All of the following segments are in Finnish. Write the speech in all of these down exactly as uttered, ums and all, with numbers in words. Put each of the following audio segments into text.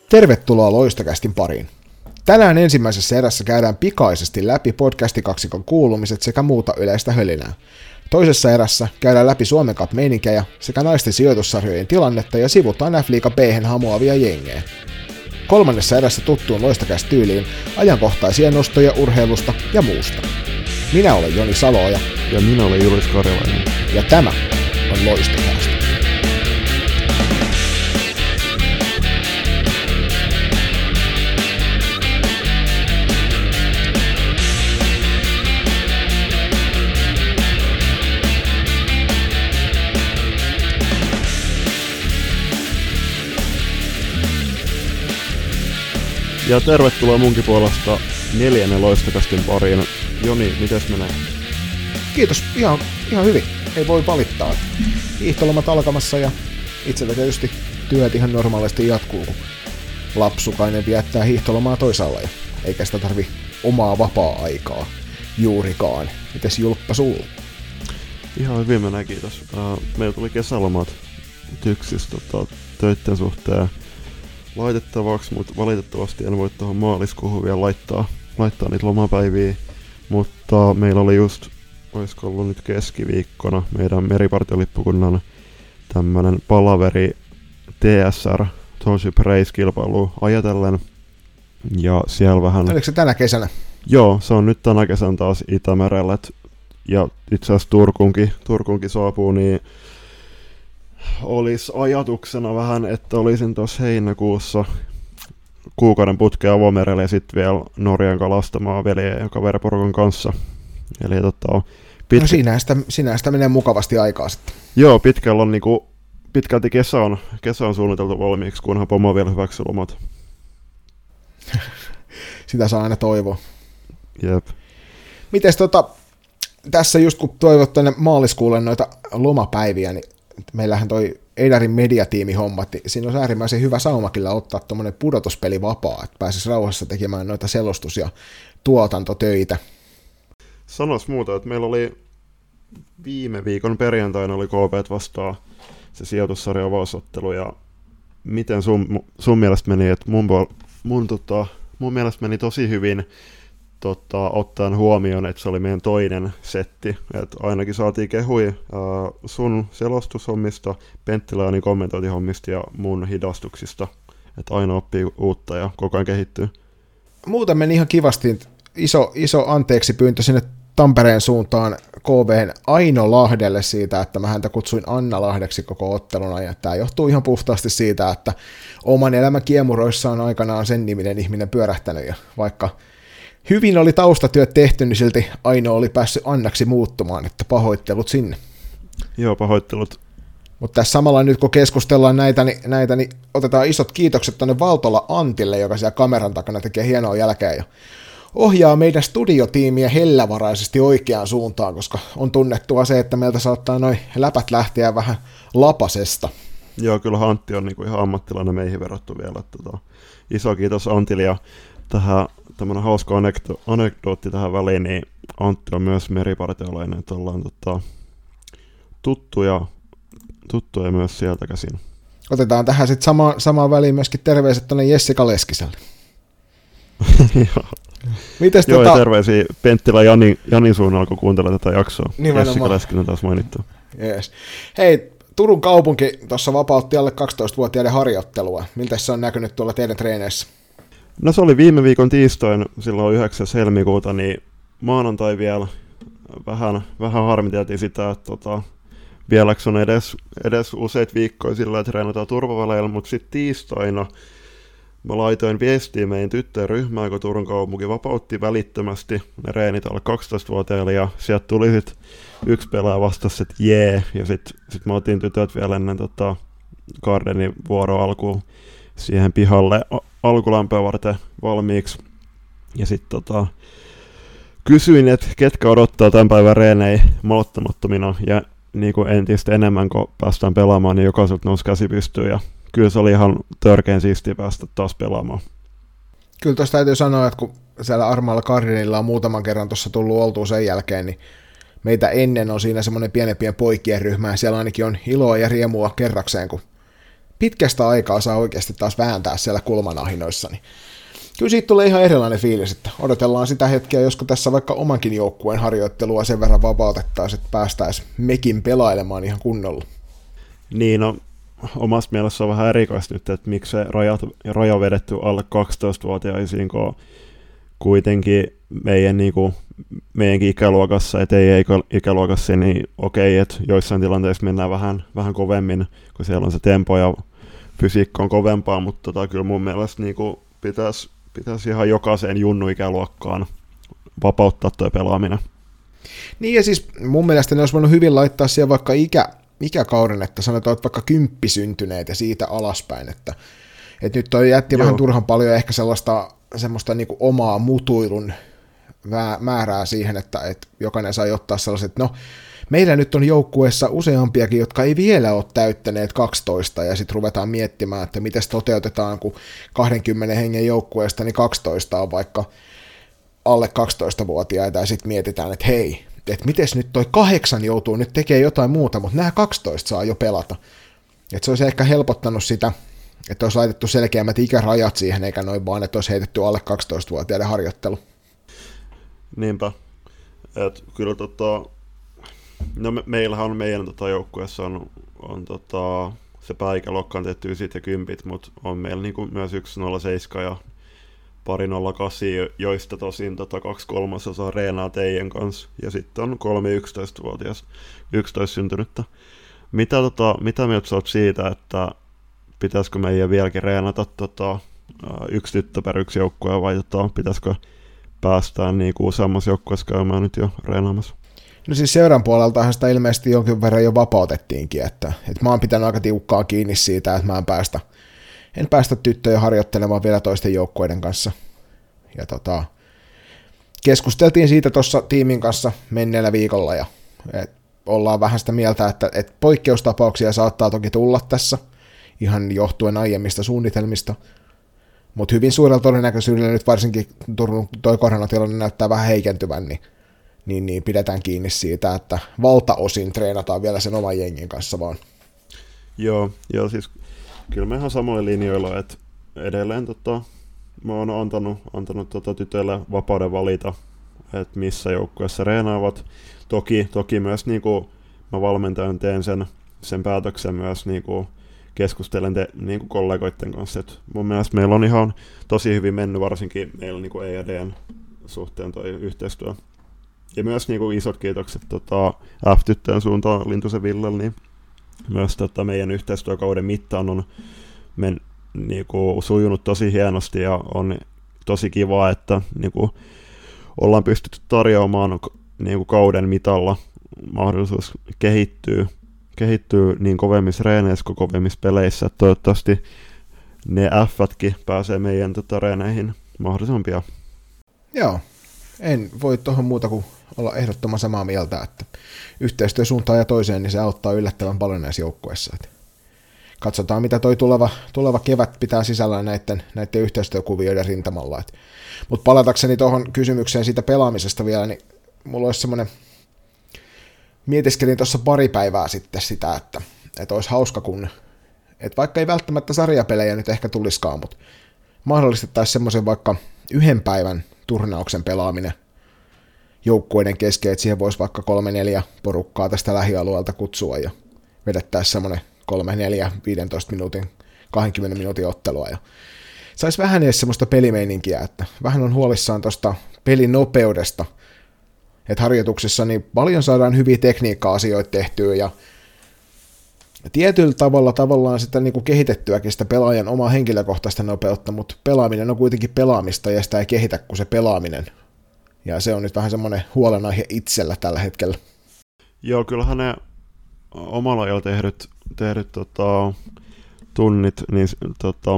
Tervetuloa Loistokästin pariin. Tänään ensimmäisessä erässä käydään pikaisesti läpi podcastikaksikon kuulumiset sekä muuta yleistä hölinää. Toisessa erässä käydään läpi Suomen Cup-meininkejä sekä naisten sijoitussarjojen tilannetta ja sivutaan F-liiga B:hen hamuavia jengejä. Kolmannessa erässä tuttuun Loistokäst-tyyliin ajankohtaisia nostoja urheilusta ja muusta. Minä olen Joni Saloja. Ja minä olen Julius Karjalainen. Ja tämä on Loistokäst. Ja tervetuloa munkin puolesta neljännen Loistokästin pariin. Joni, mites menee? Kiitos, ihan, ihan hyvin. Ei voi valittaa. Hiihtolomat alkamassa ja itsellä tietysti työt ihan normaalisti jatkuu, kun lapsukainen viettää hiihtolomaa toisaalla ja eikä sitä tarvi omaa vapaa-aikaa juurikaan. Mites Julppa sulla? Ihan hyvin menee, kiitos. Uh, meillä tuli kesälomat tyksis tota, töitten suhteen laitettavaksi, mutta valitettavasti en voi tuohon maaliskuuhun vielä laittaa, laittaa niitä lomapäiviä, mutta meillä oli just, olisiko ollut nyt keskiviikkona, meidän meripartiolippukunnan tämmönen palaveri T S R, Township Race-kilpailu ajatellen, ja siellä vähän... Oliko se tänä kesänä? Joo, se on nyt tänä kesän taas Itämerellä, ja itse asiassa Turkuunkin, Turkuunkin saapuu, niin olisi ajatuksena vähän, että olisin tuossa heinäkuussa kuukauden putkea avomerelle ja sitten vielä Norjan kalastamaan veljen ja kaveriporukan kanssa. Eli tota, pitkä... No siinähän sitä, siinähän sitä menee mukavasti aikaa sitten. Joo, pitkällä on niinku, pitkälti kesä on, kesä on suunniteltu valmiiksi, kunhan pomo vielä hyväksy lomat. Sitä saa aina toivoa. Jep. Mites tota, tässä just kun toivot tänne maaliskuulle noita lomapäiviä, niin meillähän toi Eidarin mediatiimi hommat, niin siinä on äärimmäisen hyvä sauma kyllä ottaa tuommoinen pudotuspeli vapaa, että pääsisi rauhassa tekemään noita selostus- ja tuotantotöitä. Sanois muuta, että meillä oli viime viikon perjantaina oli K P vastaan se sijoitussarja avausottelu, ja miten sun, sun mielestä meni, että mun, mun, tota, mun mielestä meni tosi hyvin Totta, ottaen huomioon, että se oli meidän toinen setti, että ainakin saatiin kehui ää, sun selostushommista, Penttiläinen kommentointihommista ja mun hidastuksista, että aina oppii uutta ja koko ajan kehittyy. Muuten meni ihan kivasti, iso, iso anteeksi pyyntö sinne Tampereen suuntaan K V:n Aino Lahdelle siitä, että mä häntä kutsuin Anna Lahdeksi koko otteluna, ja tämä johtuu ihan puhtaasti siitä, että oman elämän kiemuroissa on aikanaan sen niminen ihminen pyörähtänyt, ja vaikka hyvin oli taustatyöt tehty, niin silti Aino oli päässyt Annaksi muuttumaan, että pahoittelut sinne. Joo, pahoittelut. Mutta tässä samalla nyt kun keskustellaan näitä niin, näitä, niin otetaan isot kiitokset tuonne Valtola Antille, joka siellä kameran takana tekee hienoa jälkeä ja ohjaa meidän studiotiimiä hellävaraisesti oikeaan suuntaan, koska on tunnettua se, että meiltä saattaa noin läpät lähteä vähän lapasesta. Joo, kyllä Antti on niinku ihan ammattilainen meihin verrattu vielä. Tota, iso kiitos Antille, ja tähän tämmöinen hauska anekdo- anekdootti tähän väliin, niin Antti on myös meripartiolainen, että ollaan tota, tuttuja, tuttuja myös sieltä käsin. Otetaan tähän sitten sama, samaan väliin myöskin terveiset tuonne Jessica Leskiselle. Mites Joo, tota... ja terveisiä Penttilä Jani, Janin suunnalla, kun kuuntelee tätä jaksoa. Nimenomaan. Jessica Leskinen taas mainittu. Yes. Hei, Turun kaupunki tuossa vapautti alle kaksitoistavuotiaiden harjoittelua. Miltä se on näkynyt tuolla teidän treeneissä? No se oli viime viikon tiistain, silloin yhdeksäs helmikuuta, niin maanantai vielä vähän, vähän harmiteltiin sitä, että tota, vieläks on edes, edes useita viikkoja sillä, että treenataan turvaväleillä, mutta sitten tiistaina mä laitoin viestiä meidän tyttöjen ryhmään, kun Turun kaupunki vapautti välittömästi ne reenit alle kaksitoistavuotiaille, ja sieltä tuli sitten yksi pelaaja vastasi, että jee, ja sitten sit mä otin tytöt vielä ennen tota, Gardenin vuoro alkuun siihen pihalle alkulämpöä varten valmiiksi. Ja sitten tota, kysyin, että ketkä odottaa tämän päivän reenejä malottamattomina, ja niin kuin entistä enemmän, kun päästään pelaamaan, niin jokaiselta nousi käsi pystyyn, ja kyllä se oli ihan törkeän siistiä päästä taas pelaamaan. Kyllä tuossa täytyy sanoa, että kun siellä Armaalla Gardenilla on muutaman kerran tuossa tullut oltua sen jälkeen, niin meitä ennen on siinä semmoinen pienen pienen poikien ryhmä, ja siellä ainakin on iloa ja riemua kerrakseen, kun pitkästä aikaa saa oikeasti taas vääntää siellä kulmanahinoissa, niin kyllä siitä tulee ihan erilainen fiilis, että odotellaan sitä hetkeä, josko tässä vaikka omankin joukkueen harjoittelua sen verran vapautettaisiin, että päästäisiin mekin pelailemaan ihan kunnolla. Niin, no omasta mielestä on vähän erikoista nyt, että miksi se raja, raja on vedetty alle kaksitoistavuotiaisiin, kun kuitenkin meidän, niin kuin, meidänkin ikäluokassa, et ei ikäluokassa, niin okei, että joissain tilanteissa mennään vähän, vähän kovemmin, kun siellä on se tempo ja fysiikka on kovempaa, mutta tota, kyllä mun mielestä niin kuin pitäisi, pitäisi ihan jokaiseen junnu-ikäluokkaan vapauttaa tuo pelaaminen. Niin ja siis mun mielestä ne olisi voinut hyvin laittaa siihen vaikka ikä, ikäkauden, että sanotaan, että vaikka kymppisyntyneet ja siitä alaspäin, että, että nyt toi jätti Joo. vähän turhan paljon ehkä sellaista semmoista niin kuin omaa mutuilun määrää siihen, että, että jokainen sai ottaa sellaiset, no meillä nyt on joukkueessa useampiakin, jotka ei vielä ole täyttäneet kaksitoista, ja sitten ruvetaan miettimään, että miten toteutetaan, kun kaksikymmentä hengen joukkueesta, niin kaksitoista on vaikka alle kaksitoistavuotiaita, ja sitten mietitään, että hei, että miten nyt toi kahdeksan joutuu nyt tekemään jotain muuta, mutta nämä kaksitoista saa jo pelata. Että se olisi ehkä helpottanut sitä, että olisi laitettu selkeämmät ikärajat siihen, eikä noin vaan, että olisi heitetty alle kaksitoistavuotiaiden harjoittelu. Niinpä. Et kyllä tota, no me, meillähän on meidän tota, joukkueessa on, on tota, se pääikäluokka on tehty ysit ja kympit, mutta on meillä niinku myös yksi nolla seitsemän ja pari nolla kahdeksan, joista tosin tota, kaksi kolmasosaa reenaa teidän kanssa, ja sitten on kolme yksitoistavuotias, yksitoista syntynyttä. Mitä, tota, mitä mieltä sä oot siitä, että pitäisikö meidän vieläkin reenata tota, yksi tyttö per yksi joukkue, vai tota, pitäisikö päästään niinku useammassa joukkueessa käymään nyt jo reenaamassa? No siis seuran puoleltahan sitä ilmeisesti jonkin verran jo vapautettiinkin, että, että mä oon pitänyt aika tiukkaa kiinni siitä, että mä en päästä, en päästä tyttöjä harjoittelemaan vielä toisten joukkueiden kanssa. Ja tota, keskusteltiin siitä tuossa tiimin kanssa menneellä viikolla, ja et ollaan vähän sitä mieltä, että et poikkeustapauksia saattaa toki tulla tässä, ihan johtuen aiemmista suunnitelmista, mutta hyvin suurella todennäköisyydellä nyt varsinkin Turun toi koronatilanne näyttää vähän heikentyvän, niin, niin, niin pidetään kiinni siitä, että valtaosin treenataan vielä sen oman jengin kanssa vaan. Joo, joo siis kyllä me ihan samoilla linjoilla, että edelleen tota, mä oon antanut, antanut tota tytöille vapauden valita, että missä joukkueessa reenaavat. Toki, toki myös niinku, mä valmentajan teen sen, sen päätöksen myös niinku, keskustelen te, niin kuin kollegoiden kanssa. Et mun mielestä meillä on ihan tosi hyvin mennyt, varsinkin meillä niin kuin E A D:n suhteen toi yhteistyö. Ja myös niin kuin isot kiitokset tota, F-tyttöjen suuntaan Lintusen Villelle, niin myös tota, meidän yhteistyökauden mittaan on men, niin kuin, sujunut tosi hienosti ja on tosi kiva, että niin kuin, ollaan pystytty tarjoamaan niin kuin, kauden mitalla mahdollisuus kehittyä kehittyy niin kovemmissa reeneissä kuin kovemmissa peleissä, että toivottavasti ne F-tkin pääsee meidän tota, reeneihin mahdollisimman pian. Joo, en voi tuohon muuta kuin olla ehdottoman samaa mieltä, että yhteistyö suuntaan ja toiseen, niin se auttaa yllättävän paljon näissä joukkueissa. Että katsotaan, mitä toi tuleva, tuleva kevät pitää sisällään näiden, näiden yhteistyökuvioiden rintamalla. Mutta palatakseni tuohon kysymykseen siitä pelaamisesta vielä, niin mulla olisi semmoinen, mietiskelin tuossa pari päivää sitten sitä, että, että olisi hauska, kun, että vaikka ei välttämättä sarjapelejä nyt ehkä tulisikaan, mutta mahdollistettaisiin semmoisen vaikka yhden päivän turnauksen pelaaminen joukkueiden kesken, että siihen voisi vaikka kolme neljä porukkaa tästä lähialueelta kutsua ja vedettäisiin semmoinen kolme neljä viisitoista minuutin, kaksikymmentä minuutin ottelua ja saisi vähän edes semmoista pelimeininkiä, että vähän on huolissaan tuosta pelin nopeudesta, että harjoituksissa niin paljon saadaan hyviä tekniikka-asioita tehtyä ja tietyllä tavalla tavallaan sitä niin kuin kehitettyäkin sitä pelaajan omaa henkilökohtaista nopeutta, mutta pelaaminen on kuitenkin pelaamista ja sitä ei kehitä kuin se pelaaminen. Ja se on nyt vähän semmoinen huolenaihe itsellä tällä hetkellä. Joo, kyllähän ne omalla ajalla tehdyt, tehdyt tota, tunnit niin, tota,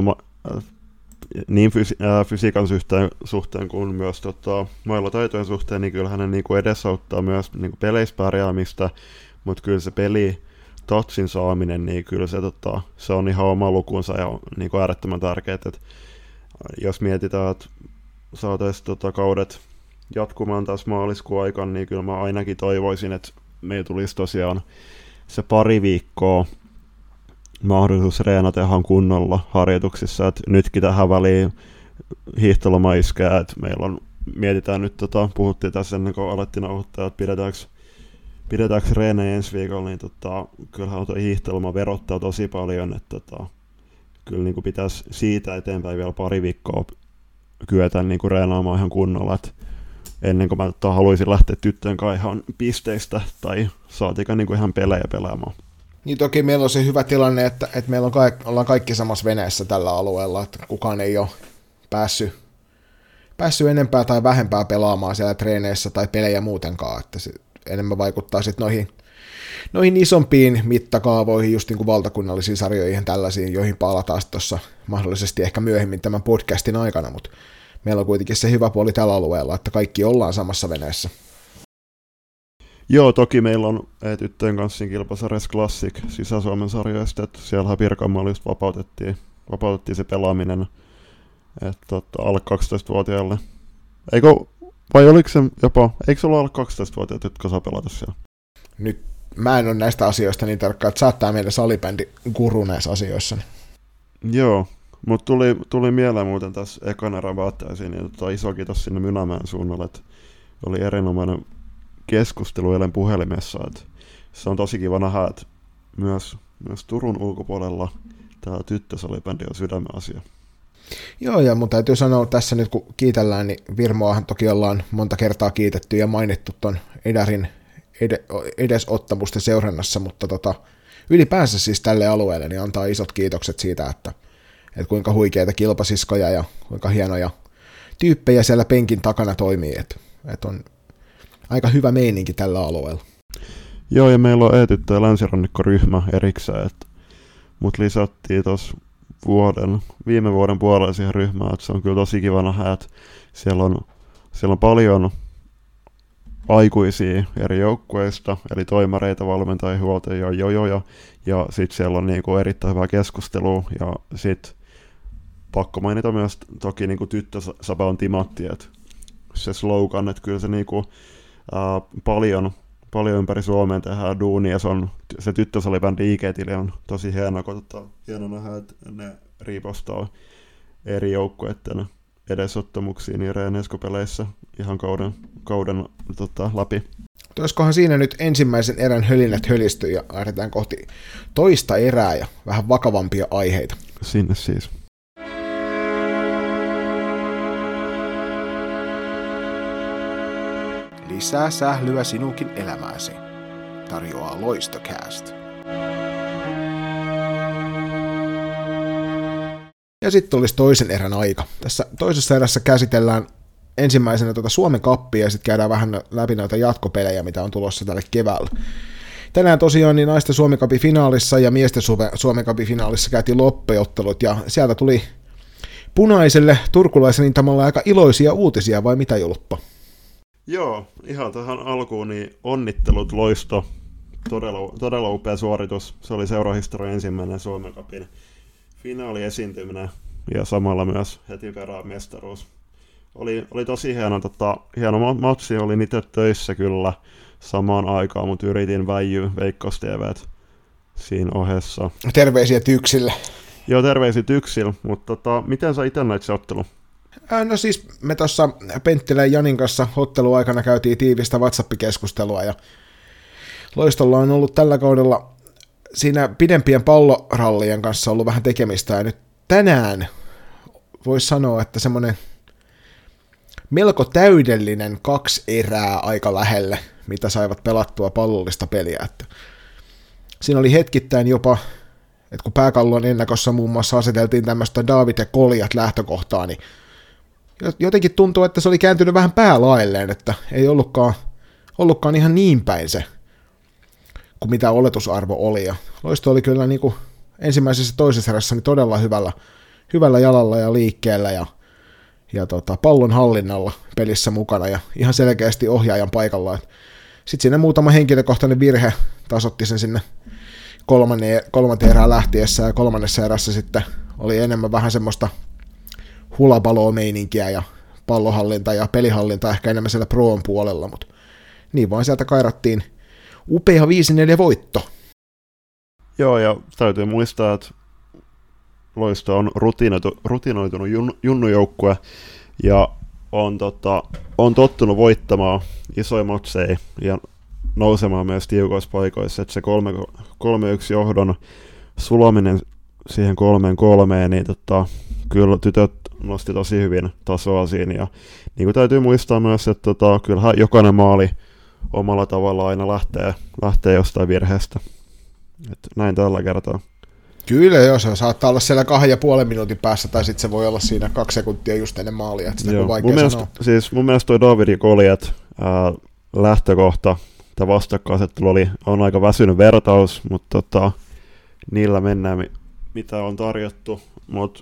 niin fysi- ää, fysiikan suhteen, suhteen kuin myös tota, mailataitojen suhteen, niin kyllähän ne niin kuin edesauttaa myös niin kuin peleissä pärjäämistä, mutta kyllä se peli touchin saaminen, niin kyllä se, tota, se on ihan oma lukunsa ja niin kuin äärettömän tärkeää, että jos mietitään, että saataisiin tota, kaudet jatkumaan taas maaliskuun aikana, niin kyllä mä ainakin toivoisin, että meillä tulisi tosiaan se pari viikkoa mahdollisuus reenata ihan kunnolla harjoituksissa. Et nytkin tähän väliin hiihtoloma iskää, että meillä on, mietitään nyt, tota, puhuttiin tässä ennen kuin alettiin nauhoittaa, että pidetäänkö, pidetäänkö reenejä ensi viikolla, niin tota, kyllähän tuo hiihtoloma verottaa tosi paljon, että tota, kyllä niin kuin pitäisi siitä eteenpäin vielä pari viikkoa kyetä niin kuin reenaamaan ihan kunnolla, että ennen kuin mä tota, haluaisin lähteä tyttöjen kanssa ihan pisteistä tai saatiinko niin kuin ihan pelejä pelaamaan. Niin toki meillä on se hyvä tilanne, että, että meillä on kaik, ollaan kaikki samassa veneessä tällä alueella, että kukaan ei ole päässyt, päässyt enempää tai vähempää pelaamaan siellä treeneissä tai pelejä muutenkaan, että se enemmän vaikuttaa sitten noihin, noihin isompiin mittakaavoihin, just niin kuin valtakunnallisiin sarjoihin tällaisiin, joihin palataan tuossa mahdollisesti ehkä myöhemmin tämän podcastin aikana, mutta meillä on kuitenkin se hyvä puoli tällä alueella, että kaikki ollaan samassa veneessä. Joo, toki meillä on tyttöjen kanssa kilpasarjassa Classic Sisä-Suomen sarjoista, että siellähän Pirkanmaalla just vapautettiin, vapautettiin se pelaaminen että tota, alle kaksitoistavuotiaille. Eikö, vai oliko se jopa, eikö se ollut alle kaksitoistavuotiaat, jotka saa pelata siellä? Nyt mä en ole näistä asioista niin tarkkaan, että saattaa meidän salibändi guru näissä asioissa. Joo, mutta tuli, tuli mieleen muuten tässä ekan erän vaatteisiin, niin tota, iso kiitos sinne Mynämäen suunnalle, että oli erinomainen keskustelu eilen puhelimessa, että se on tosi kiva nähdä, että myös, myös Turun ulkopuolella tämä tyttösalibändi on sydämen asia. Joo, ja mun täytyy sanoa tässä nyt, kun kiitellään, niin Virmoahan toki ollaan monta kertaa kiitetty ja mainittu ton Edarin ed- edesottamusten seurannassa, mutta tota, ylipäänsä siis tälle alueelle niin antaa isot kiitokset siitä, että, että kuinka huikeita kilpasiskoja ja kuinka hienoja tyyppejä siellä penkin takana toimii, että, että on aika hyvä meininki tällä alueella. Joo, ja meillä on E-tyttö- ja länsirannikkoryhmä erikseen, mutta lisättiin tuossa vuoden, viime vuoden puolella siihen ryhmään, että se on kyllä tosi kiva nähdä, että siellä on, siellä on paljon aikuisia eri joukkueista, eli toimareita, valmentajia, huoltajia, jojoja, ja sitten siellä on niinku erittäin hyvää keskustelua, ja sitten pakko mainita myös toki niinku tyttösapa on timatti, että se slogan, että kyllä se niinku, ää, paljon, paljon ympäri Suomeen tehdään duunia, se, on, se tyttösalibändi I G-tili on tosi hieno, kun tota, hieno nähdä, että ne riipostaa eri joukkueiden edesottamuksiin niin reeneiskopeleissä ihan kauden, kauden tota, läpi. Olisikohan siinä nyt ensimmäisen erän hölinät hölisty ja lähdetään kohti toista erää ja vähän vakavampia aiheita. Sinne siis. Lisää sählyä sinunkin elämääsi. Tarjoaa Loistocast. Ja sitten olisi toisen erän aika. Tässä toisessa erässä käsitellään ensimmäisenä tuota Suomen Cupia ja sitten käydään vähän läpi noita jatkopelejä, mitä on tulossa tälle keväällä. Tänään tosiaan niin naisten Suomen Cupin finaalissa ja miesten Suomen Cupin finaalissa käytiin loppuottelut ja sieltä tuli punaiselle turkulaisen rintamalla aika iloisia uutisia, vai mitä, Julppa? Joo, ihan tähän alkuun niin onnittelut Loisto. Todella, todella upea suoritus. Se oli seurahistorian ensimmäinen Suomen Cupin finaaliesiintyminen ja samalla myös heti perään mestaruus. Oli, oli tosi hieno, tota, hieno matsi, olin itse töissä kyllä samaan aikaan, mutta yritin väijyä Veikkaus T V:t siinä ohessa. Terveisiä Tyksille. Joo, terveisiä Tyksille, mutta tota, miten sä itse näit se ottelu? No siis me tuossa Penttilän ja Janin kanssa ottelun aikana käytiin tiivistä WhatsApp-keskustelua ja Loistolla on ollut tällä kaudella siinä pidempien pallorallien kanssa ollut vähän tekemistä ja nyt tänään voisi sanoa, että semmoinen melko täydellinen kaksi erää aika lähelle, mitä saivat pelattua pallollista peliä. Että siinä oli hetkittäin jopa, että kun pääkallon ennakossa muun muassa aseteltiin tämmöistä David ja Koljat lähtökohtaa, niin jotenkin tuntuu, että se oli kääntynyt vähän päälailleen, että ei ollutkaan, ollutkaan ihan niin päin se, kuin mitä oletusarvo oli. Ja Loisto oli kyllä niin kuin ensimmäisessä ja toisessa erässä niin todella hyvällä, hyvällä jalalla ja liikkeellä ja, ja tota, pallon hallinnalla pelissä mukana ja ihan selkeästi ohjaajan paikalla. Sitten siinä muutama henkilökohtainen virhe tasoitti sen sinne kolmanteen erään lähtiessä ja kolmannessa erässä sitten oli enemmän vähän semmoista hulapaloa-meininkiä ja pallohallinta ja pelihallinta ehkä enemmän siellä proon puolella, mutta niin vaan sieltä kairattiin upea viisi neljä voitto. Joo, ja täytyy muistaa, että Loisto on rutinoitu, rutinoitunut jun, junnujoukkue, ja on, tota, on tottunut voittamaan isoja matseja ja nousemaan myös tiukoissa paikoissa, että se kolme yksi johdon sulominen siihen kolmeen kolmeen, niin tota, kyllä tytöt nosti tosi hyvin tasoa siinä, ja niin kuin täytyy muistaa myös, että tota, kyllähän jokainen maali omalla tavalla aina lähtee, lähtee jostain virheestä. Et näin tällä kertaa. Kyllä, joo, se saattaa olla siellä kahden ja puolen minuutin päässä, tai sitten se voi olla siinä kaksi sekuntia just ennen maalia, että sitä on vaikea mun sanoa. Mielestä, siis mun mielestä toi Davidin Goliat ää, lähtökohta, tämä vastakkainasettelu oli, on aika väsynyt vertaus, mutta tota, niillä mennään, mitä on tarjottu, mutta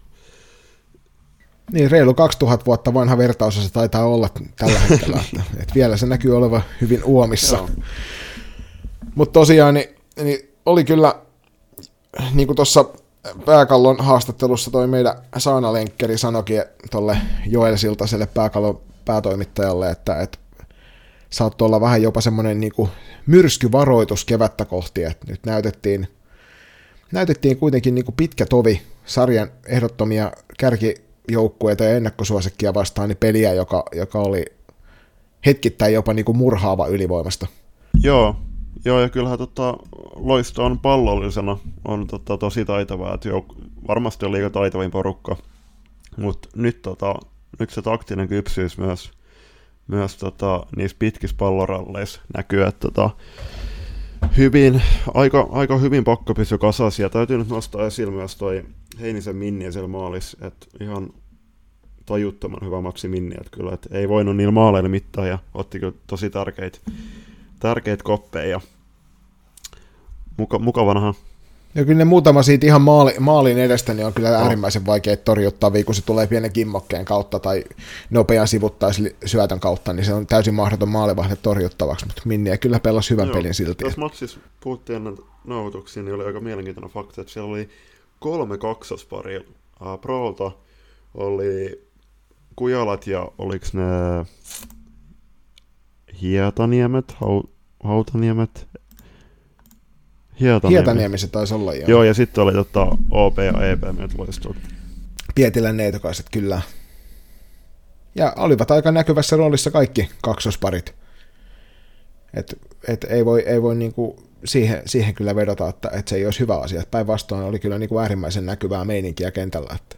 niin, reilu kaksituhatta vuotta vanha vertaus se taitaa olla tällä hetkellä, että, että vielä se näkyy olevan hyvin uomissa. Mutta tosiaan niin, niin oli kyllä, niin kuin tuossa Pääkallon haastattelussa toi meidän Saana-lenkkeri sanoikin tuolle Joel Siltaselle Pääkallon päätoimittajalle, että, että saattoi olla vähän jopa semmoinen niin kuin myrskyvaroitus kevättä kohti, että nyt näytettiin, näytettiin kuitenkin niin kuin pitkä tovi sarjan ehdottomia kärkijoukkueita ja ennakkosuosikkia vastaan, niin peliä, joka, joka oli hetkittäin jopa niin kuin murhaava ylivoimasta. Joo. Joo, ja kyllähän tota, Loisto on pallollisena on tota, tosi taitavaa, että jouk- varmasti on liiga taitavin porukka, mutta nyt, tota, nyt se taktinen kypsyys myös, myös tota, niissä pitkissä palloralleissa näkyy, että tota, hyvin, aika, aika hyvin pakko pysyä kasassa, ja täytyy nyt nostaa esille myös toi Heinisen Minni siellä maalissa, että ihan tajuttoman hyvä Maxi Minni, että kyllä, että ei voinut niillä maaleilla mittaan, ja otti kyllä tosi tärkeitä tärkeitä koppeja. Muka, mukavanahan. Ja kyllä ne muutama siitä ihan maali, maalin edestä niin on kyllä äärimmäisen vaikea torjuttavia, kun se tulee pienen kimmokkeen kautta tai nopean sivuttaissyötön kautta, niin se on täysin mahdoton maalivahde torjuttavaksi, mutta Minniä kyllä pelasi hyvän Joo, pelin silti. Tässä matsissa puhuttiin ennen nauhoituksia, niin oli aika mielenkiintoinen fakta, että siellä oli kolme kaksosparia. Uh, Prolta oli Kujalat ja oliko ne Hietaniemet, Hau, Hautaniemet, Hietaniemi. Hietaniemi se taisi olla, joo. Joo, ja sitten oli tota, O P ja E P myötä loistut. Pietilän neitokaiset, kyllä. Ja olivat aika näkyvässä roolissa kaikki kaksosparit. Et, et ei voi, ei voi niinku siihen, siihen kyllä vedota, että, että se ei olisi hyvä asia. Päinvastoin oli kyllä niinku äärimmäisen näkyvää meininkiä kentällä. Että.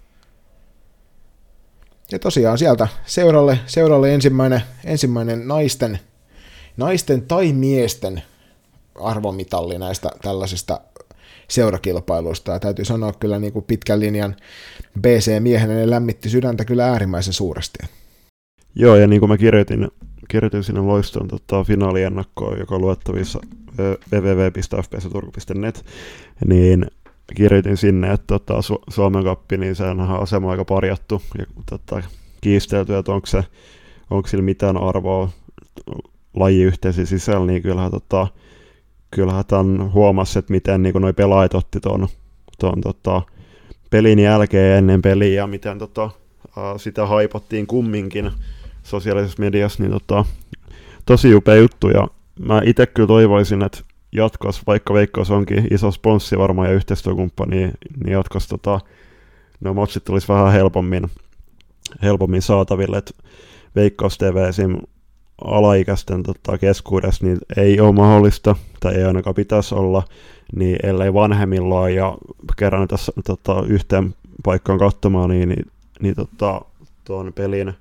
Ja tosiaan sieltä seuralle, seuralle ensimmäinen, ensimmäinen naisten, naisten tai miesten arvomitalli näistä tällaisista seurakilpailuista. Ja täytyy sanoa kyllä niin kuin pitkän linjan B C-miehenä ne lämmitti sydäntä kyllä äärimmäisen suuresti. Joo, ja niin kuin mä kirjoitin, kirjoitin sinne Loistoon tota, finaaliennakkoon, joka on luettavissa double-u double-u double-u piste f p s turku piste net, niin kirjoitin sinne, että tota, Su- Suomen Cuppi, niin sehän on asema aika parjattu ja tota, kiistelty, että onko, se, onko sillä mitään arvoa lajiyhteisön sisällä, niin kyllähän, tota, kyllähän tämän huomasi, että miten niin noi pelaajat otti tuon, tuon tota, pelin jälkeen ja ennen peliä ja miten tota, sitä haipattiin kumminkin sosiaalisessa mediassa, niin tota, tosi upea juttu ja mä itse kyllä toivoisin, että jatkossa, vaikka Veikkaus onkin iso sponssi varmaan ja yhteistyökumppani, niin, niin jatkossa tota, no matsit tulisi vähän helpommin, helpommin saataville, että Veikkaus T V esim. Alaikäisten tota, keskuudessa niin ei ole mahdollista, tai ei ainakaan pitäisi olla, niin ellei vanhemmillaan ja kerran tässä tota, yhteen paikkaan katsomaan, niin, niin, niin tota, tuon pelin,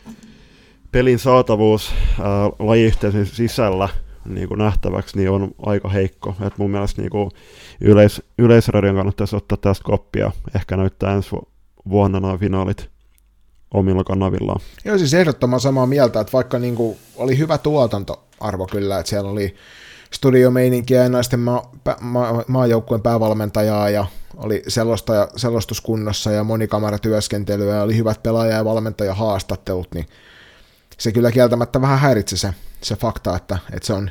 pelin saatavuus ää, lajiyhteisön sisällä niin kuin nähtäväksi niin on aika heikko. Et mun mielestä niin kuin yleis, Yleisradion kannattaisi ottaa tästä koppia, ehkä näyttää ensi vuonna nämä finaalit omilla kanavillaan. Joo, siis ehdottoman samaa mieltä, että vaikka niin kuin oli hyvä tuotantoarvo kyllä, että siellä oli studiomeininkiä ja naisten maa, ma, maajoukkueen päävalmentajaa ja oli selostaja, selostuskunnossa ja monikameratyöskentelyä ja oli hyvät pelaaja- ja valmentajahaastattelut, niin se kyllä kieltämättä vähän häiritsi se, se fakta, että, että se on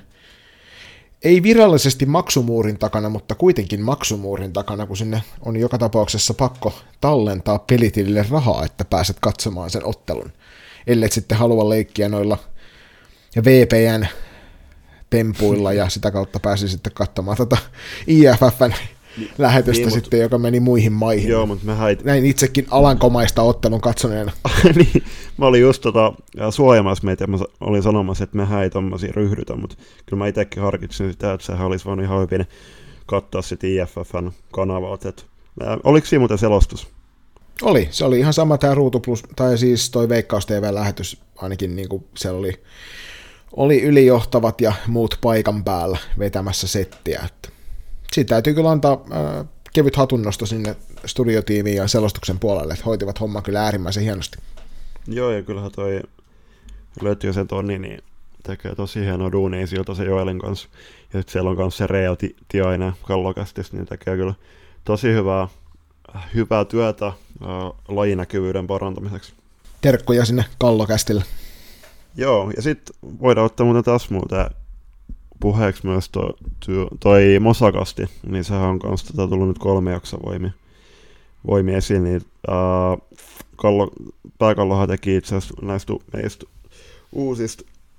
ei virallisesti maksumuurin takana, mutta kuitenkin maksumuurin takana, kun sinne on joka tapauksessa pakko tallentaa pelitilille rahaa, että pääset katsomaan sen ottelun. Ellet sitten halua leikkiä noilla V P N-tempuilla ja sitä kautta pääsi sitten katsomaan tota I F F:n lähetystä niin, sitten, mut, joka meni muihin maihin. Joo, mutta me häit... Näin itsekin alankomaista ottelun katsoneena. niin, mä olin just tota, suojamassa meitä ja mä olin sanomassa, että me häi tommosia ryhdytä, mutta kyllä mä itsekin harkitsin sitä, että sehän olisi voinut ihan hyvin katsoa sitten I F F:n kanavalta. Oliko siinä muuten selostus? Oli, se oli ihan sama tämä Ruutu Plus, tai siis toi Veikkaus T V-lähetys, ainakin niin kuin siellä oli, oli ylijohtavat ja muut paikan päällä vetämässä settiä. Siitä täytyy kyllä antaa äh, kevyt hatunnosto sinne studiotiimiin ja selostuksen puolelle, että hoitivat homman kyllä äärimmäisen hienosti. Joo, ja kyllähän toi löytyy sen Toni, niin tekee tosi hienoa duunia siltä se Joelin kanssa. Ja sitten siellä on myös se Rea Tiainen Kallokästistä, niin tekee kyllä tosi hyvää, hyvää työtä äh, lajinäkyvyyden parantamiseksi. Terkkuja sinne Kallokästille. Joo, ja sitten voidaan ottaa muuten taas muuten puheeksi myös toi, toi Mosakasti, niin sehän on kanssa tota tullut nyt kolme jaksoa voimi, voimi esiin, niin äh, Kallo, pääkallohan teki itse asiassa näistä meistä uusista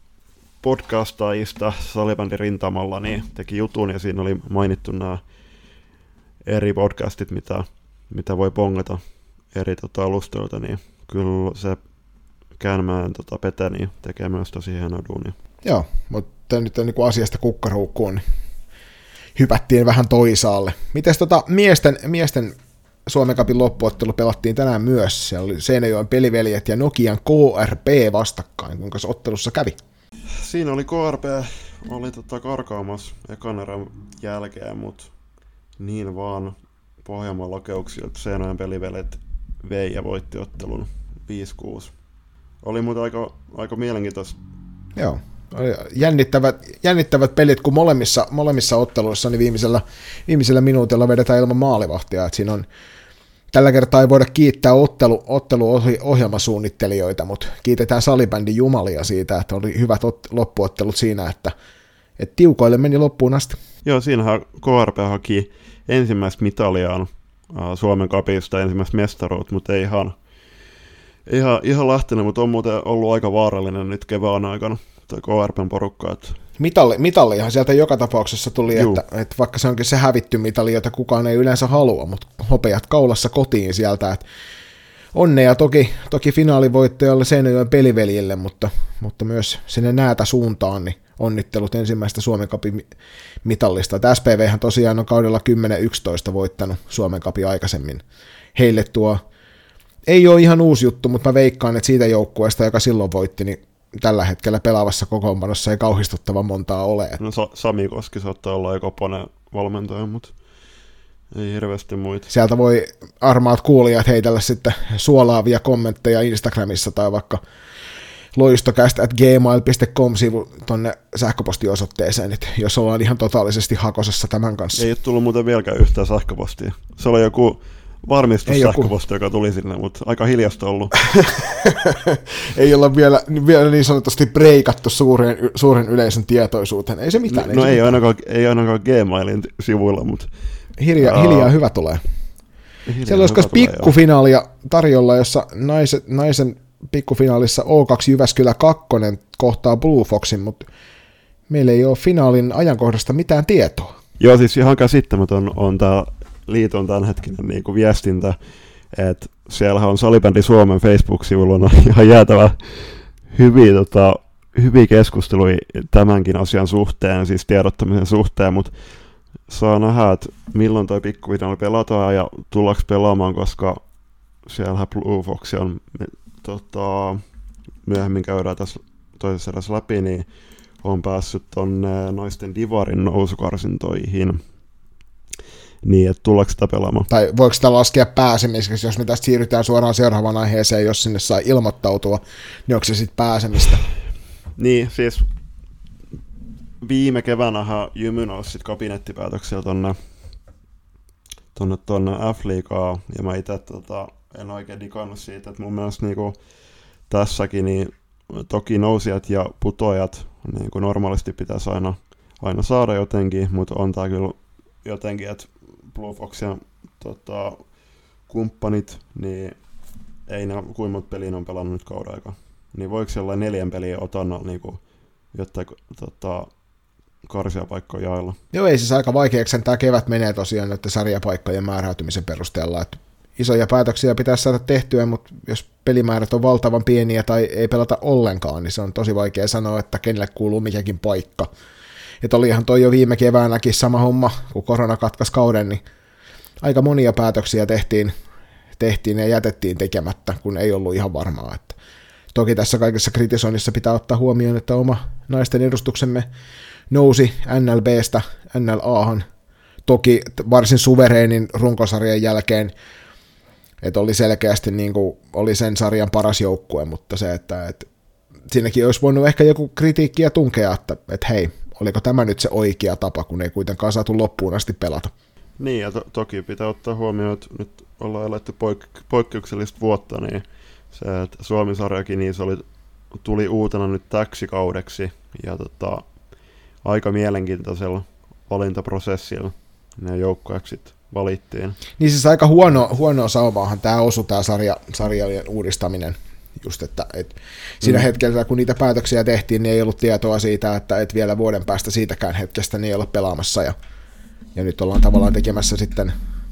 podcastajista salibändin rintamalla, niin teki jutun, ja siinä oli mainittu nämä eri podcastit, mitä, mitä voi pongata eri tota, alustoilta, niin kyllä se Käänmään tota, Pete niin tekee myös tosi hienoa duunia. Joo, mutta nyt on niin kuin asiasta kukkaruukkuun, niin hypättiin vähän toisaalle. Mites tota miesten, miesten Suomen Cupin loppuottelu pelattiin tänään myös. Siellä oli Seinäjoen Peliveljet ja Nokian K R P vastakkain. Kuinka se ottelussa kävi? Siinä oli K R P, oli tota karkaamassa ekan erän jälkeen, mutta niin vaan Pohjanmaan lokeuksilta Seinäjoen Peliveljet vei ja voitti ottelun viisi kuusi. Oli muuten aika, aika mielenkiintoista. Joo, oli jännittävät, jännittävät pelit, kun molemmissa, molemmissa otteluissa niin viimeisellä, viimeisellä minuutilla vedetään ilman maalivahtia. Että siinä on, tällä kertaa ei voida kiittää ottelu, otteluohjelmasuunnittelijoita, mutta kiitetään salibändin jumalia siitä, että oli hyvät ot, loppuottelut siinä, että, että tiukoille meni loppuun asti. Joo, siinähän K R P haki ensimmäistä mitaliaan Suomen Cupista, ensimmäistä mestaruutta, mutta ei ihan... Ihan, ihan lähtenyt, mutta on muuten ollut aika vaarallinen nyt kevään aikana, toi K R P:n porukka. Että... Mitalli, mitallihan sieltä joka tapauksessa tuli, että, että vaikka se onkin se hävitty mitali, jota kukaan ei yleensä halua, mutta hopeat kaulassa kotiin sieltä. Että onnea toki, toki finaalivoittajalle Seinäjoen Peliveljille, mutta, mutta myös sinne näätä suuntaan, niin onnittelut ensimmäistä Suomen Cupin mitallista. Että S P V:hän tosiaan on kaudella kymmenen yksitoista voittanut Suomen Cupin aikaisemmin. Heille tuo ei ole ihan uusi juttu, mutta mä veikkaan, että siitä joukkueesta, joka silloin voitti, niin tällä hetkellä pelaavassa kokoonpanossa ei kauhistuttavan montaa ole. No Sa- Sami Koski saattaa olla aika Koponen valmentaja, mutta ei hirveästi muita. Sieltä voi armaat kuulijat heitellä sitten suolaavia kommentteja Instagramissa tai vaikka loistokästä at gmail piste com-sivu tonne sähköpostiosoitteeseen, että jos ollaan ihan totaalisesti hakosessa tämän kanssa. Ei ole tullut muuten vieläkään yhtään sähköpostia. Se oli joku varmistussähköposti, joka tuli sinne, mutta aika hiljasta ollut. Ei olla vielä, vielä niin sanotusti breikattu suuren, suuren yleisön tietoisuuteen. Ei se mitään. No ei, no se ei, mitään. ainakaan, ei ainakaan Gmailin sivuilla, mutta... Hiljaa, uh, hiljaa hyvä tulee. Hiljaa Siellä olisi myös pikkufinaalia tarjolla, jossa naisen, naisen pikkufinaalissa O kaksi Jyväskylä kaksi kohtaa Blue Foxin, mutta meillä ei ole finaalin ajankohdasta mitään tietoa. Joo, siis ihan käsittämätön on tämä liiton tämänhetkinen niin kuin viestintä, että siellähän on Salibändi Suomen Facebook-sivulla on ihan jäätävä hyviä, tota, hyviä keskusteluja tämänkin asian suhteen, siis tiedottamisen suhteen, mutta saa nähdä, että milloin toi pikkuvinaali pelataan ja tullaanko pelaamaan, koska siellähän Blue Fox on, tota, myöhemmin käydään tässä toisessa erässä läpi, niin on päässyt tonne naisten divarin nousukarsintoihin. Niin, että tullaanko sitä pelaamaan? Tai voiko sitä laskea pääsemiseksi, jos me tästä siirrytään suoraan seuraavaan aiheeseen, jos sinne saa ilmoittautua, niin onko se sitten pääsemistä? Niin, siis viime keväänähän Jymy nousi sitten kabinettipäätöksellä tonne, tonne, tonne F-liigaa, ja mä itse tota, en oikein digannut siitä, että mun mielestä niinku tässäkin niin toki nousijat ja putojat niin kuin normaalisti pitäisi aina, aina saada jotenkin, mutta on tää kyllä jotenkin, että Blue Foxin tota, kumppanit, niin ei ne kuinka monta peliä on pelannut nyt kauden aikaa. Niin voiko sellainen neljän peliä otannalla, niin kuin, jotta tota, karsiapaikkoja jaella. Joo, ei siis aika vaikeaksi tämä kevät menee tosiaan näiden sarjapaikkojen määräytymisen perusteella, että isoja päätöksiä pitäisi saada tehtyä, mutta jos pelimäärät on valtavan pieniä tai ei pelata ollenkaan, niin se on tosi vaikea sanoa, että kenelle kuuluu mikäkin paikka. Että olihan toi jo viime keväänäkin sama homma, kun korona katkaisi kauden, niin aika monia päätöksiä tehtiin, tehtiin ja jätettiin tekemättä, kun ei ollut ihan varmaa. Että toki tässä kaikessa kritisoinnissa pitää ottaa huomioon, että oma naisten edustuksemme nousi N L B:stä N L A:han, toki varsin suvereenin runkosarjan jälkeen, että oli selkeästi niin kuin, oli sen sarjan paras joukkue, mutta se, että, että siinäkin olisi voinut ehkä joku kritiikkiä tunkea, että, että hei, oliko tämä nyt se oikea tapa, kun ei kuitenkaan saatu loppuun asti pelata. Niin, ja to- toki pitää ottaa huomioon, että nyt ollaan eletty poik- poikkeuksellista vuotta, niin se, että Suomi-sarjakin niin se oli, tuli uutena nyt täksi kaudeksi, ja tota, aika mielenkiintoisella valintaprosessilla ne joukkueeksi sitten valittiin. Niin siis aika huono, huonoa saumaahan tämä osui, tämä sarja, sarjojen uudistaminen. Just, että, että siinä mm. hetkellä, kun niitä päätöksiä tehtiin, niin ei ollut tietoa siitä, että, että vielä vuoden päästä siitäkään hetkestä niin ei ole pelaamassa. Ja, ja nyt ollaan tavallaan tekemässä sitten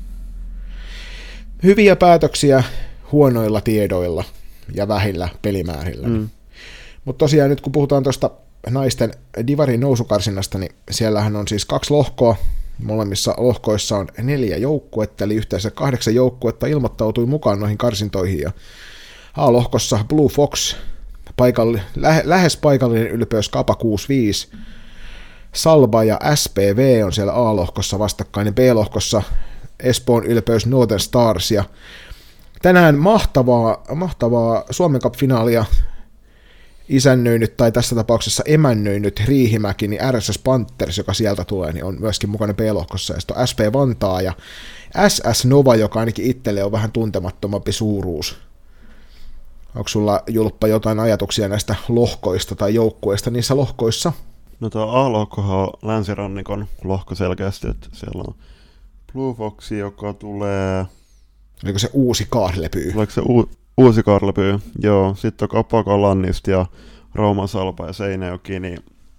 hyviä päätöksiä huonoilla tiedoilla ja vähillä pelimäärillä. Mm. Mutta tosiaan nyt kun puhutaan tuosta naisten divarin nousukarsinnasta, niin siellähän on siis kaksi lohkoa. Molemmissa lohkoissa on neljä joukkuetta, eli yhteensä kahdeksan joukkuetta ilmoittautui mukaan noihin karsintoihin. Ja A-lohkossa Blue Fox, paikalli, lähe, lähes paikallinen ylpeys Kapa kuusikymmentäviisi, Salba ja S P V on siellä A-lohkossa vastakkain, B-lohkossa Espoon ylpeys Northern Stars, ja tänään mahtavaa, mahtavaa Suomen Cup-finaalia isännöinyt, tai tässä tapauksessa emännöinyt Riihimäki, niin R S S Panthers, joka sieltä tulee, niin on myöskin mukana B-lohkossa, ja sitten on S P Vantaa ja S S Nova, joka ainakin itselle on vähän tuntemattomampi suuruus. Onko sulla, Julppa, jotain ajatuksia näistä lohkoista tai joukkueista niissä lohkoissa? No tämä A-lohkohan on länsirannikon lohko selkeästi, että siellä on Blue Fox, joka tulee... Oliko se uusi Kaarlepyy? Oliko se u- uusi Kaarlepyy? Joo, sitten on Kapaka, Lannist ja Rauman Salpa ja Seinäjoki, niin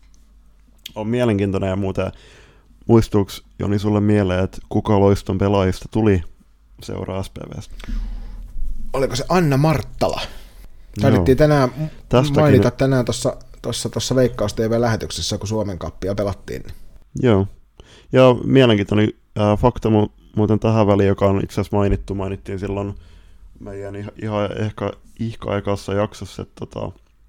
on mielenkiintoinen ja muuten. Muistuuko, Joni, sulle mieleen, että kuka Loiston pelaajista tuli seuraa S P V:stä? Oliko se Anna Marttala? Taidettiin tänään Tästäkin mainita tänään tuossa tuossa tuossa Veikkaus T V-lähetyksessä, kun Suomen Cuppia pelattiin. Joo, ja mielenkiintoinen äh, fakta mu- muuten tähän väliin, joka on itse asiassa mainittu, mainittiin silloin meidän ihan, ihan ehkä ihka-ekassa jaksossa, että tota,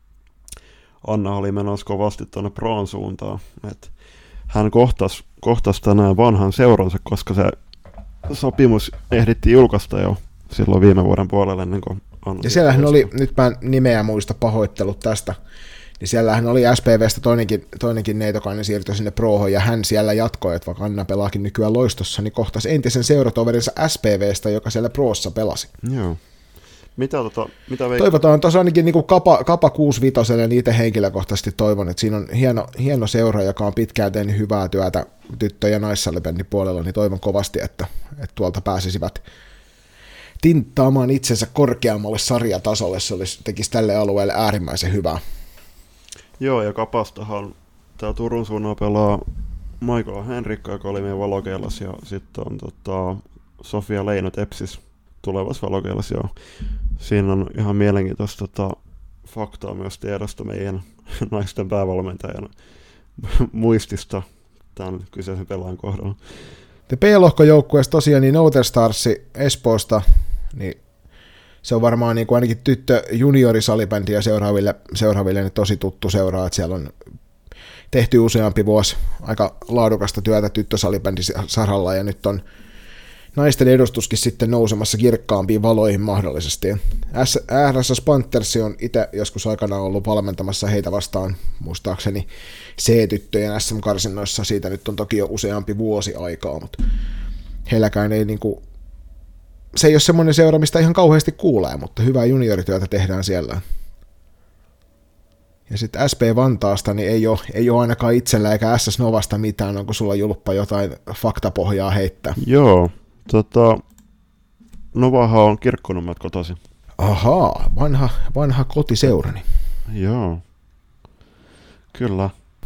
Anna oli menossa kovasti tuonne Proon suuntaan, että hän kohtasi, kohtasi tänään vanhan seuransa, koska se sopimus ehdittiin julkaista jo silloin viime vuoden puolelle ennen kuin Anna. Ja siellähän oli, nyt mä en nimeä muista, pahoittelut tästä, niin siellähän oli S P V:stä toinenkin, toinenkin neitokainen siirtyi sinne Prohon, ja hän siellä jatkoi, että vaikka Anna pelaakin nykyään Loistossa, niin kohtasi entisen seuratoverinsa S P V:stä, joka siellä Prossa pelasi. Joo. Mitä, tota, mitä veik- Toivotaan tuossa ainakin niin kuin Kapa, Kapa kuusikymmentäviisi, ja niitä henkilökohtaisesti toivon, että siinä on hieno, hieno seura, joka on pitkään tehnyt hyvää työtä tyttö- ja naissalibändin puolella, niin toivon kovasti, että, että tuolta pääsisivät tinttaamaan itsensä korkeammalle sarjatasolle, se olisi, tekisi tälle alueelle äärimmäisen hyvää. Joo, ja Kapastahan tää Turun suunnalla pelaa Michael Henrikka, joka oli meidän Valokeilas, ja sitten on tota, Sofia Leino Tepsis tulevassa Valokeilas, joo. Siinä on ihan mielenkiintoista tota, faktaa myös tiedosta meidän naisten päävalmentajan muistista tämän kyseisen pelaajan kohdalla. P-lohkojoukkueessa tosiaan niin Northern Stars Espoosta, niin se on varmaan niin kuin ainakin tyttö juniorisalibändiä seuraaville, seuraaville niin tosi tuttu seuraa, että siellä on tehty useampi vuosi aika laadukasta työtä tyttösalibändisaralla, ja nyt on naisten edustuskin sitten nousemassa kirkkaampiin valoihin mahdollisesti. R S S Panthers on itse joskus aikanaan ollut valmentamassa heitä vastaan, muistaakseni C-tyttöjen S M-karsinnoissa, siitä nyt on toki jo useampi vuosi aikaa, mutta heilläkään ei niinku, se ei ole semmoinen seura, mistä ihan kauheasti kuulee, mutta hyvää juniorityötä tehdään siellä. Ja sitten S P Vantaasta niin ei ole, ei ole ainakaan itsellä eikä S S Novasta mitään, onko sulla, Julppa, jotain faktapohjaa heittää? Joo, tota, Novahan on Kirkkonummet kotoisin. Ahaa, vanha, vanha kotiseurani. Joo, kyllä.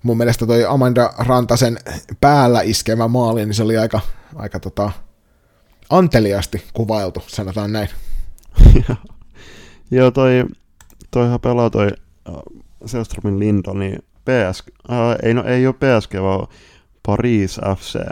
mun mielestä toi Amanda Rantasen päällä iskemä maali, niin se oli aika, aika tota, anteliasti kuvailtu, sanotaan näin. Joo, toi, toihan pelaa toi äh, Selströmin Linda, niin P S G, äh, ei, no, ei ole P S G, vaan Paris F C.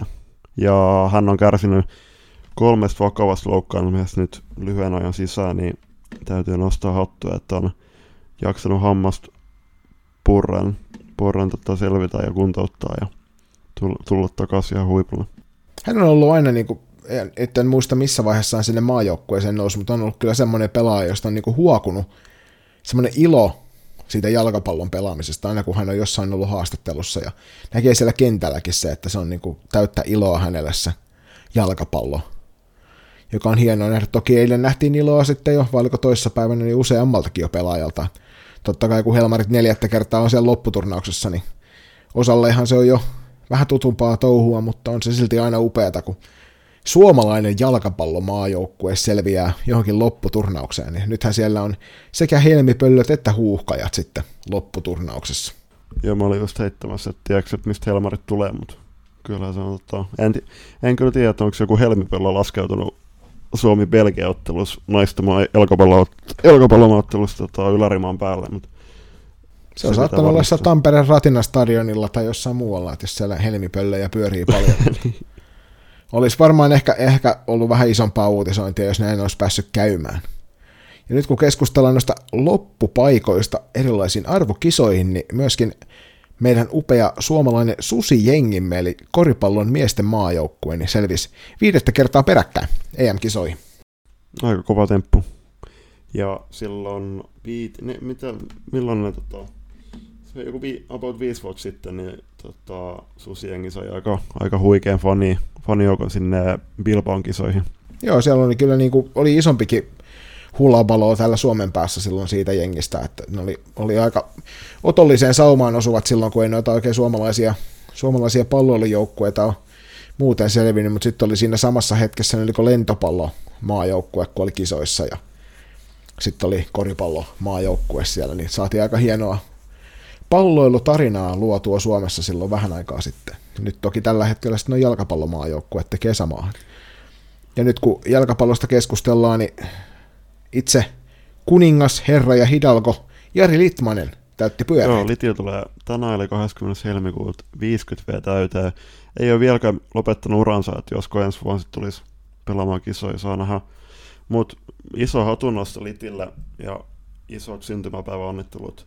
Ja hän on kärsinyt kolmesta vakavasta loukkaantumisesta nyt lyhyen ajan sisään, niin täytyy nostaa hattua, että on jaksanut hammasta purran, purran tota selvitä ja kuntouttaa ja tullut takaisin ihan huipulle. Hän on ollut aina, niin kuin, etten muista missä vaiheessa on sinne maajoukkueeseen noussut, mutta on ollut kyllä semmoinen pelaaja, josta on niin kuin huokunut semmoinen ilo siitä jalkapallon pelaamisesta, aina kun hän on jossain ollut haastattelussa, ja näkee siellä kentälläkin se, että se on niin kuin täyttä iloa hänelle se jalkapallo, joka on hienoa nähdä. Toki eilen nähtiin iloa sitten jo, vai oliko toissapäivänä, niin useammaltakin jo pelaajalta. Totta kai kun Helmarit neljättä kertaa on siellä lopputurnauksessa, niin osallehan se on jo vähän tutumpaa touhua, mutta on se silti aina upeata, kun suomalainen jalkapallomaajoukkue selviää johonkin lopputurnaukseen. Niin nythän siellä on sekä helmipöllöt että huuhkajat sitten lopputurnauksessa. Joo, mä olin just heittämässä, että tiedätkö, että mistä Helmarit tulee, mutta kyllä se on tota... En, en kyllä tiedä, että onko joku helmipöllö laskeutunut Suomi-Belgia-ottelussa naistamaan jalkapallomaottelussa tota, Ylärimaan päälle, mutta se on saattanut olla Tampereen Ratina-stadionilla tai jossain muualla, että jos siellä helmipöllöjä pyörii paljon. Olisi varmaan ehkä, ehkä ollut vähän isompaa uutisointia, jos näin olisi päässyt käymään. Ja nyt kun keskustellaan noista loppupaikoista erilaisiin arvokisoihin, niin myöskin meidän upea suomalainen susijengimme, eli koripallon miesten maajoukkue, niin selvisi viidettä kertaa peräkkäin E M-kisoihin. Aika kova temppu. Ja silloin, viit, ne, mitä, milloin ne, tota, se joku vi, about viisi vuotta sitten, niin tota, susijengi sai aika, aika huikean fani, fanijoukon sinne Bilbaon kisoihin. Joo, siellä oli kyllä niin kuin, oli isompikin hulabaloa täällä Suomen päässä silloin siitä jengistä, että ne oli, oli aika otolliseen saumaan osuvat silloin, kun ei noita oikein suomalaisia, suomalaisia palloilujoukkueita ole muuten selvinnyt, mutta sitten oli siinä samassa hetkessä niin oliko lentopallo maajoukkue, kun oli kisoissa, ja sitten oli koripallo maajoukkue siellä, niin saatiin aika hienoa palloilutarinaa luotua Suomessa silloin vähän aikaa sitten. Nyt toki tällä hetkellä sitten on jalkapallomaajoukkue tekee samaa. Ja nyt kun jalkapallosta keskustellaan, niin itse kuningas, herra ja hidalgo Jari Litmanen täytti pyörän. Joo, Litio tulee tänään eli kahdeskymmenes helmikuuta viisikymmentä vuotta täyteen. Ei ole vieläkään lopettanut uransa, että josko ensi vuonna tulisi pelaamaan kisoja, saa nähdä. Mutta iso hatunnosto Litille ja isot syntymäpäiväonnittelut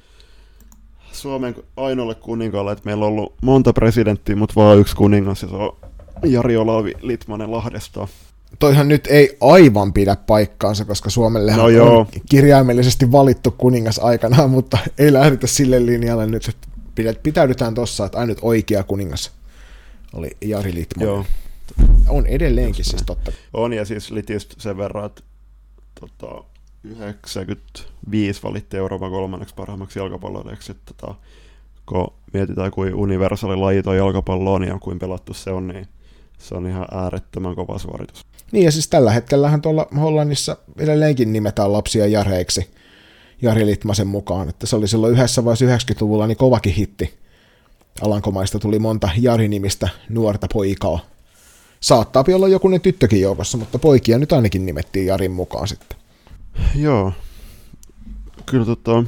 Suomen ainoalle kuninkaalle, että meillä on ollut monta presidenttiä, mutta vaan yksi kuningas, ja se on Jari Olavi Litmanen Lahdesta. Toihan nyt ei aivan pidä paikkaansa, koska Suomelle no on joo. kirjaimellisesti valittu kuningas aikanaan, mutta ei lähdetä sille linjalle nyt, että pitäydytään tuossa, että ainut oikea kuningas oli Jari Litmanen. Joo. On edelleenkin siis totta. On, ja siis Litistä sen verran, että tota, yhdeksänkymmentäviisi valittiin Euroopan kolmanneksi parhaimmaksi jalkapalloilijaksi, että tota, kun mietitään, kuin universaali laji toi jalkapallo on ja kuin pelattu se on, niin se on ihan äärettömän kova suoritus. Niin, ja siis tällä hetkellähän tuolla Hollannissa edelleenkin nimetään lapsia Jareiksi Jari Litmasen mukaan, että se oli silloin yhdessä vaiheessa yhdeksänkymmentäluvulla niin kovakin hitti. Alankomaista tuli monta Jari-nimistä nuorta poikaa. Saattaa olla jokunen tyttökin joukossa, mutta poikia nyt ainakin nimettiin Jarin mukaan sitten. Joo. Kyllä tota,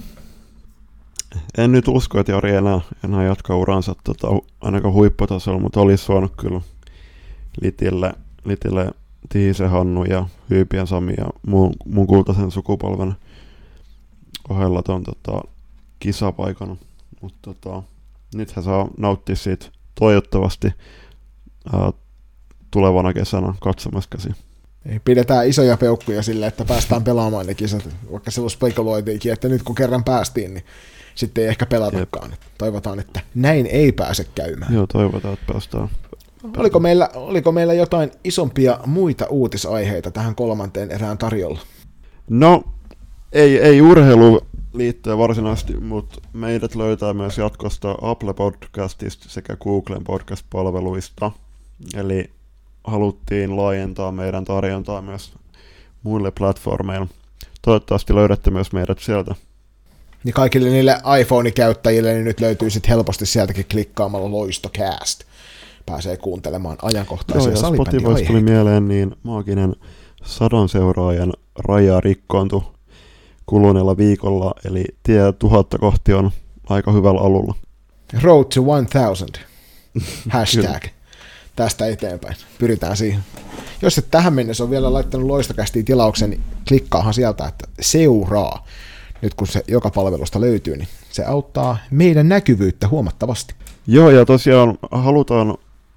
en nyt usko, että Jari enää, enää jatkaa uransa tota, ainakaan huipputasolla, mutta olisi suonut kyllä Litille, Litille Tiisen Hannu ja Hyypien Sami ja muun, muun kultaisen sukupolven ohella tuon tota, kisapaikana. Mutta tota, nyt hän saa nauttia siitä toivottavasti ää, tulevana kesänä katsomassa käsin. Pidetään isoja peukkuja sille, että päästään pelaamaan ne kisat, vaikka silloin spekuloitiinkin, että nyt kun kerran päästiin, niin sitten ei ehkä pelatakaan. Jep. Toivotaan, että näin ei pääse käymään. Joo, toivotaan, että päästään. Oliko meillä, oliko meillä jotain isompia muita uutisaiheita tähän kolmanteen erään tarjolla? No, ei, ei urheilu liittyen varsinaisesti, mutta meidät löytää myös jatkosta Apple Podcastista sekä Googlen podcast-palveluista. Eli haluttiin laajentaa meidän tarjontaa myös muille platformeille. Toivottavasti löydätte myös meidät sieltä. Niin kaikille niille iPhone-käyttäjille niin nyt löytyy sitten helposti sieltäkin klikkaamalla Loistocast. Pääsee kuuntelemaan ajankohtaisia salibändin Spotify tuli mieleen, niin maaginen sadan seuraajan raja rikkoantui kuluneella viikolla, eli tie tuhatta kohti on aika hyvällä alulla. Road to one thousand. Hashtag. Tästä eteenpäin. Pyritään siihen. Jos et tähän mennessä on vielä laittanut Loistokästiin tilauksen, niin klikkaahan sieltä, että seuraa. Nyt kun se joka palvelusta löytyy, niin se auttaa meidän näkyvyyttä huomattavasti. Joo, ja tosiaan halutaan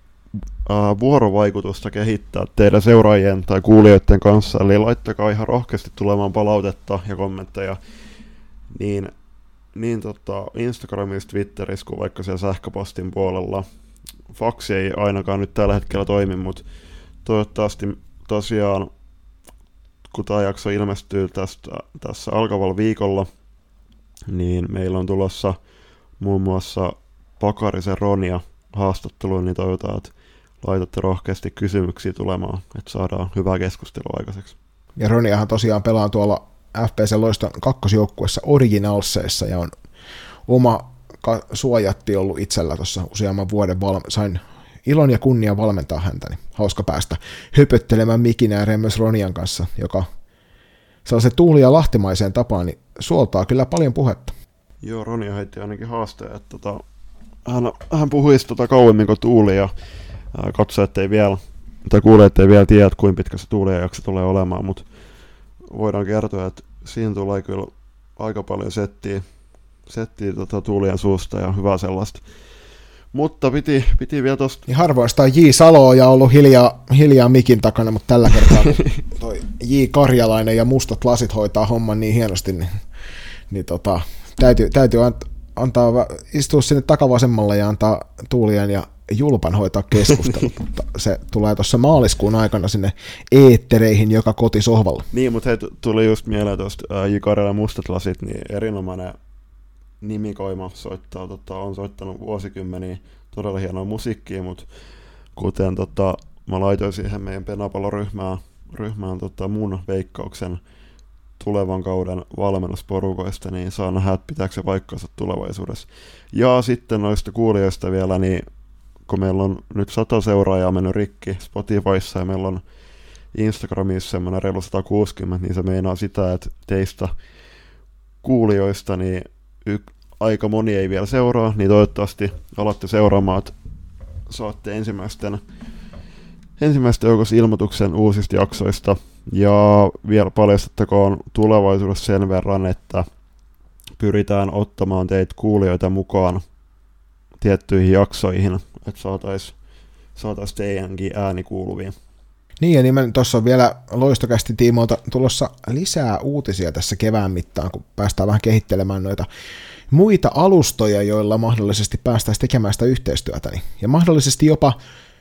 äh, vuorovaikutusta kehittää teidän seuraajien tai kuulijoiden kanssa, eli laittakaa ihan rohkeasti tulemaan palautetta ja kommentteja niin, niin tota Instagramissa, Twitterissä kuin vaikka siellä sähköpostin puolella. Faksi ei ainakaan nyt tällä hetkellä toimi, mutta toivottavasti tosiaan, kun tämä jakso ilmestyy tästä, tässä alkavalla viikolla, niin meillä on tulossa muun muassa Pakarisen Ronia haastatteluun, niin toivotaan, että laitatte rohkeasti kysymyksiä tulemaan, että saadaan hyvää keskustelua aikaiseksi. Ja Roniahan tosiaan pelaa tuolla F P C Loiston kakkosjoukkuessa Originalseissa ja on oma ka- suojatti ollut itsellä tuossa useamman vuoden, val- sain ilon ja kunnian valmentaa häntä, niin hauska päästä höpöttelemään mikin ääreen myös Ronian kanssa, joka sellaisen tuuli- ja lahtimaiseen tapaan niin suoltaa kyllä paljon puhetta. Joo, Ronia heitti ainakin haasteen, että tota, hän, hän puhuisi tota kauemmin kuin Tuuli ja katsojat ei vielä, tai kuulijat ei vielä tiedä, kuinka pitkä se Tuuli ja jakso tulee olemaan, mutta voidaan kertoa, että siinä tulee kyllä aika paljon settiä, settiä tota Tuulien suusta ja hyvää sellaista. Mutta piti, piti vielä tosta... Niin harvoin sitä on J. Saloa ja ollut hiljaa, hiljaa mikin takana, mutta tällä kertaa toi J. Karjalainen ja mustat lasit hoitaa homman niin hienosti, niin, niin tota, täytyy, täytyy antaa, istua sinne takavasemmalle ja antaa Tuulien ja Julpan hoitaa keskustelut, mutta se tulee tuossa maaliskuun aikana sinne eettereihin joka kotisohvalla. Niin, mutta hei, tuli just mieleen tuosta J. Karjalainen mustat lasit, niin erinomainen nimikoima soittaa, tota, on soittanut vuosikymmeniä todella hienoa musiikkia, mutta kuten tota, mä laitoin siihen meidän Penapallo-ryhmään ryhmään, tota, mun veikkauksen tulevan kauden valmennusporukoista, niin saa nähdä, että pitääkö se paikkansa tulevaisuudessa. Ja sitten noista kuulijoista vielä, niin kun meillä on nyt sata seuraajaa mennyt rikki Spotifyssa ja meillä on Instagramissa semmoinen reilu sata kuusikymmentä, niin se meinaa sitä, että teistä kuulijoista niin y- aika moni ei vielä seuraa, niin toivottavasti alatte seuraamaan, että saatte ensimmäisten, ensimmäisten joukossa ilmoituksen uusista jaksoista. Ja vielä paljastettakoon tulevaisuudessa sen verran, että pyritään ottamaan teitä kuulijoita mukaan tiettyihin jaksoihin, että saataisiin saatais teidänkin ääni kuuluviin. Niin, ja nimen tuossa on vielä Loistokästin tiimoilta tulossa lisää uutisia tässä kevään mittaan, kun päästään vähän kehittelemään noita muita alustoja, joilla mahdollisesti päästäisiin tekemään sitä yhteistyötä. Ja mahdollisesti jopa,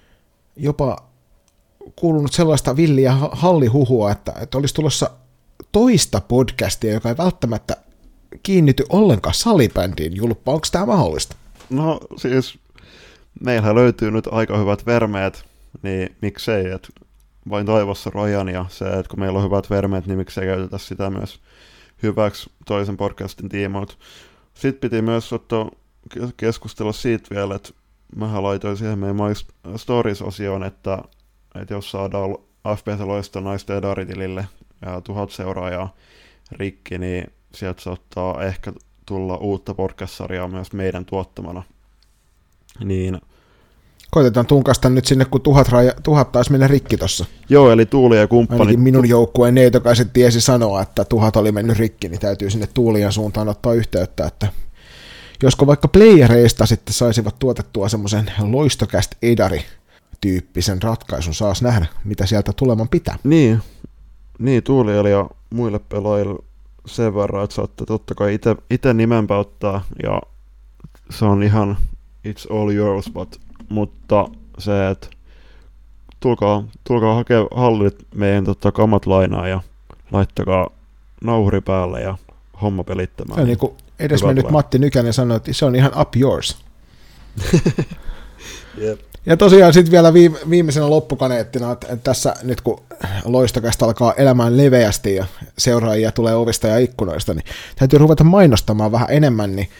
jopa kuulunut sellaista villiä hallihuhua, että, että olisi tulossa toista podcastia, joka ei välttämättä kiinnity ollenkaan salibändiin. Julppa, onko tämä mahdollista? No siis, meillähän löytyy nyt aika hyvät vermeet, niin miksei, että vain toivossa rojan ja se, että kun meillä on hyvät vermeet, niin miksei käytetä sitä myös hyväksi toisen podcastin tiimoilta. Sitten piti myös ottaa keskustella siitä vielä, että mähän laitoin siihen meidän My Stories-osioon, että, että jos saadaan F P C Loiston naisten ja Daritilille ja tuhat seuraajaa rikki, niin sieltä saattaa ehkä tulla uutta podcast-sarjaa myös meidän tuottamana. Niin koitetaan tunkasta nyt sinne, kun tuhat, raja, tuhat taisi mennä rikki tossa. Joo, eli Tuuli ja kumppanit. Ainakin minun joukkueen neitokaiset tiesi sanoa, että tuhat oli mennyt rikki, niin täytyy sinne Tuulien suuntaan ottaa yhteyttä, että josko vaikka playereista sitten saisivat tuotettua semmoisen Loistokäst Edari-tyyppisen ratkaisun, saas nähdä, mitä sieltä tuleman pitää. Niin, niin Tuulielle ja muille pelaajille sen verran, että saatte totta kai itse nimenpä ottaa, ja se on ihan it's all yours, but mutta se, että tulkaa, tulkaa hakea hallit meidän tota, kamat lainaa ja laittakaa nauhuri päälle ja homma pelittämään. Se on niin kuin edesmennyt Matti Nykänen sanoi, että se on ihan up yours. Yep. Ja tosiaan sitten vielä viime, viimeisenä loppukaneettina, että tässä nyt kun Loistokästä alkaa elämään leveästi ja seuraajia tulee ovista ja ikkunoista, niin täytyy ruveta mainostamaan vähän enemmän, niin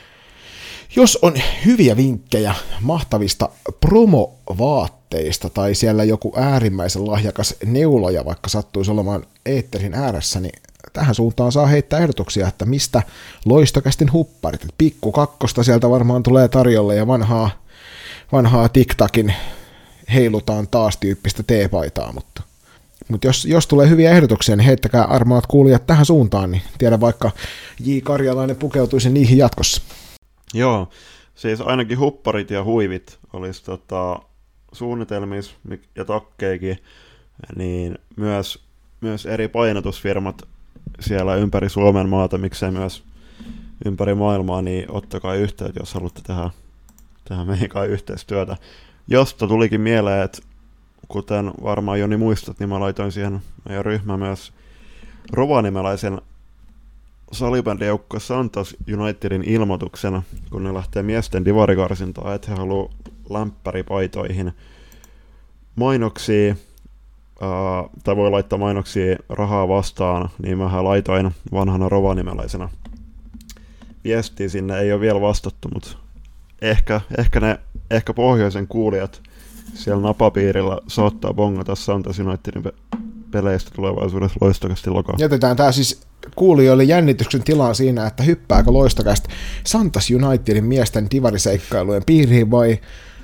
jos on hyviä vinkkejä mahtavista promovaatteista tai siellä joku äärimmäisen lahjakas neuloja vaikka sattuisi olemaan eetterin ääressä, niin tähän suuntaan saa heittää ehdotuksia, että mistä Loistokästin hupparit. Pikku kakkosta sieltä varmaan tulee tarjolle ja vanhaa, vanhaa TikTokin heilutaan taas tyyppistä teepaitaa, mutta, mutta jos, jos tulee hyviä ehdotuksia, niin heittäkää armaat kuulijat tähän suuntaan, niin tiedä vaikka J. Karjalainen pukeutuisi niihin jatkossa. Joo, siis ainakin hupparit ja huivit olisi tota, suunnitelmissa ja takkeikin, niin myös, myös eri painotusfirmat siellä ympäri Suomen maata, miksei myös ympäri maailmaa, niin ottakaa yhteyttä, jos haluatte tehdä, tehdä meihin kai yhteistyötä. Josta tulikin mieleen, että kuten varmaan Joni muistat, niin mä laitoin siihen meidän ryhmään myös rovaniemeläisen salibändijoukko Santos Unitedin ilmoituksena, kun ne lähtee miesten divarikarsintaan, että he haluaa lämpäripaitoihin mainoksia, uh, tai voi laittaa mainoksia rahaa vastaan, niin mä laitoin vanhana rovaniemeläisenä viestiä sinne, ei ole vielä vastattu, mutta ehkä, ehkä ne ehkä pohjoisen kuulijat siellä napapiirillä saattaa bongata Santos Unitedin pe- peleistä tulevaisuudessa Loistokästi lokaa. Jätetään tää siis kuulijoille jännityksen tilaan siinä, että hyppääkö Loistokästä Santos Unitedin miesten divariseikkailujen piiriin vai,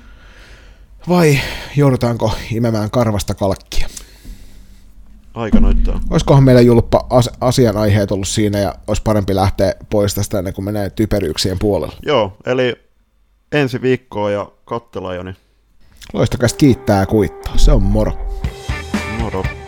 vai joudutaanko imemään karvasta kalkkia? Aika näyttää. Olisikohan meillä julppa as- asianaiheet ollut siinä ja olisi parempi lähteä pois tästä ennen kuin menee typeryyksien puolella? Joo, eli ensi viikkoa ja katsellaan Joni. Loistokästä kiittää ja kuittaa. Se on moro. Moro.